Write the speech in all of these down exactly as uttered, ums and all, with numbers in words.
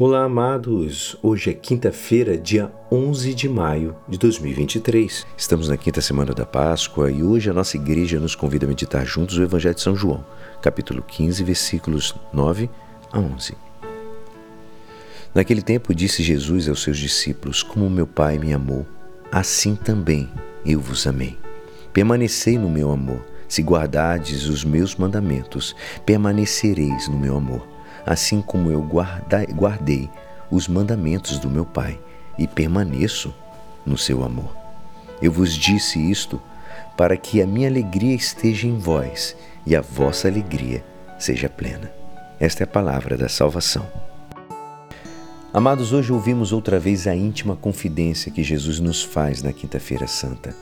Olá, amados! Hoje é quinta-feira, dia onze de maio de dois mil e vinte e três. Estamos na quinta semana da Páscoa e hoje a nossa igreja nos convida a meditar juntos o Evangelho de São João, capítulo quinze, versículos nove a onze. Naquele tempo disse Jesus aos seus discípulos: Como meu Pai me amou, assim também eu vos amei. Permanecei no meu amor. Se guardardes os meus mandamentos, permanecereis no meu amor. Assim como eu guardei os mandamentos do meu Pai e permaneço no seu amor. Eu vos disse isto para que a minha alegria esteja em vós e a vossa alegria seja plena. Esta é a palavra da salvação. Amados, hoje ouvimos outra vez a íntima confidência que Jesus nos faz na Quinta-feira Santa.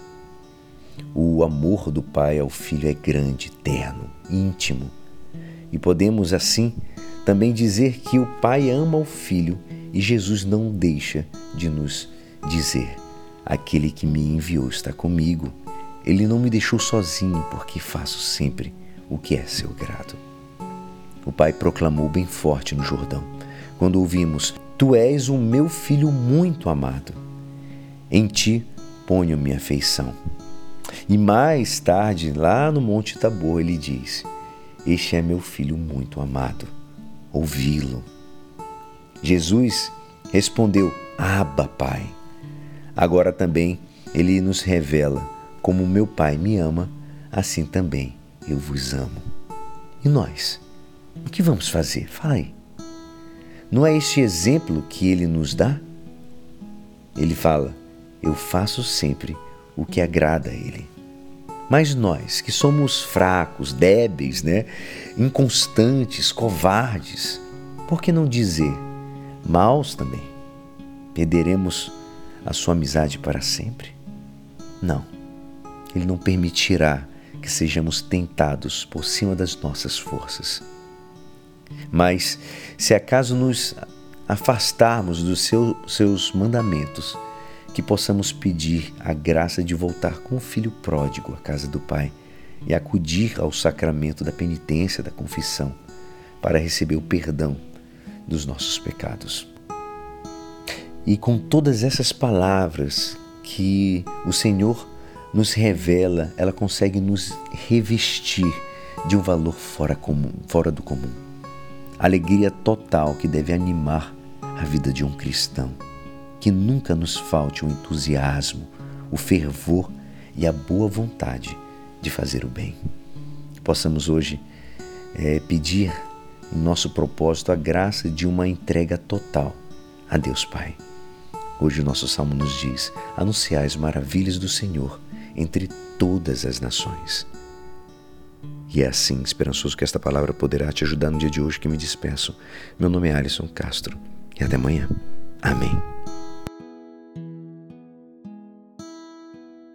O amor do Pai ao Filho é grande, eterno, íntimo. E podemos, assim, também dizer que o Pai ama o Filho e Jesus não deixa de nos dizer: aquele que me enviou está comigo. Ele não me deixou sozinho, porque faço sempre o que é seu grado. O Pai proclamou bem forte no Jordão, quando ouvimos: Tu és o meu Filho muito amado. Em ti ponho minha afeição. E mais tarde, lá no Monte Tabor, ele diz: Este é meu Filho muito amado. Ouvi-lo. Jesus respondeu: Abba, Pai. Agora também ele nos revela: como meu Pai me ama, assim também eu vos amo. E nós? O que vamos fazer? Fala aí. Não é este exemplo que ele nos dá? Ele fala: eu faço sempre o que agrada a ele. Mas nós, que somos fracos, débeis, né? inconstantes, covardes, por que não dizer maus também? Perderemos a sua amizade para sempre? Não, ele não permitirá que sejamos tentados por cima das nossas forças. Mas, se acaso nos afastarmos dos seu, seus mandamentos, que possamos pedir a graça de voltar com o filho pródigo à casa do Pai e acudir ao sacramento da penitência, da confissão, para receber o perdão dos nossos pecados. E com todas essas palavras que o Senhor nos revela, ela consegue nos revestir de um valor fora comum, fora do comum. Alegria total que deve animar a vida de um cristão. Que nunca nos falte o entusiasmo, o fervor e a boa vontade de fazer o bem. Possamos hoje é, pedir em nosso propósito a graça de uma entrega total a Deus Pai. Hoje o nosso salmo nos diz: anunciai as maravilhas do Senhor entre todas as nações. E é assim, esperançoso que esta palavra poderá te ajudar no dia de hoje, que me despeço. Meu nome é Alisson Castro e até amanhã. Amém.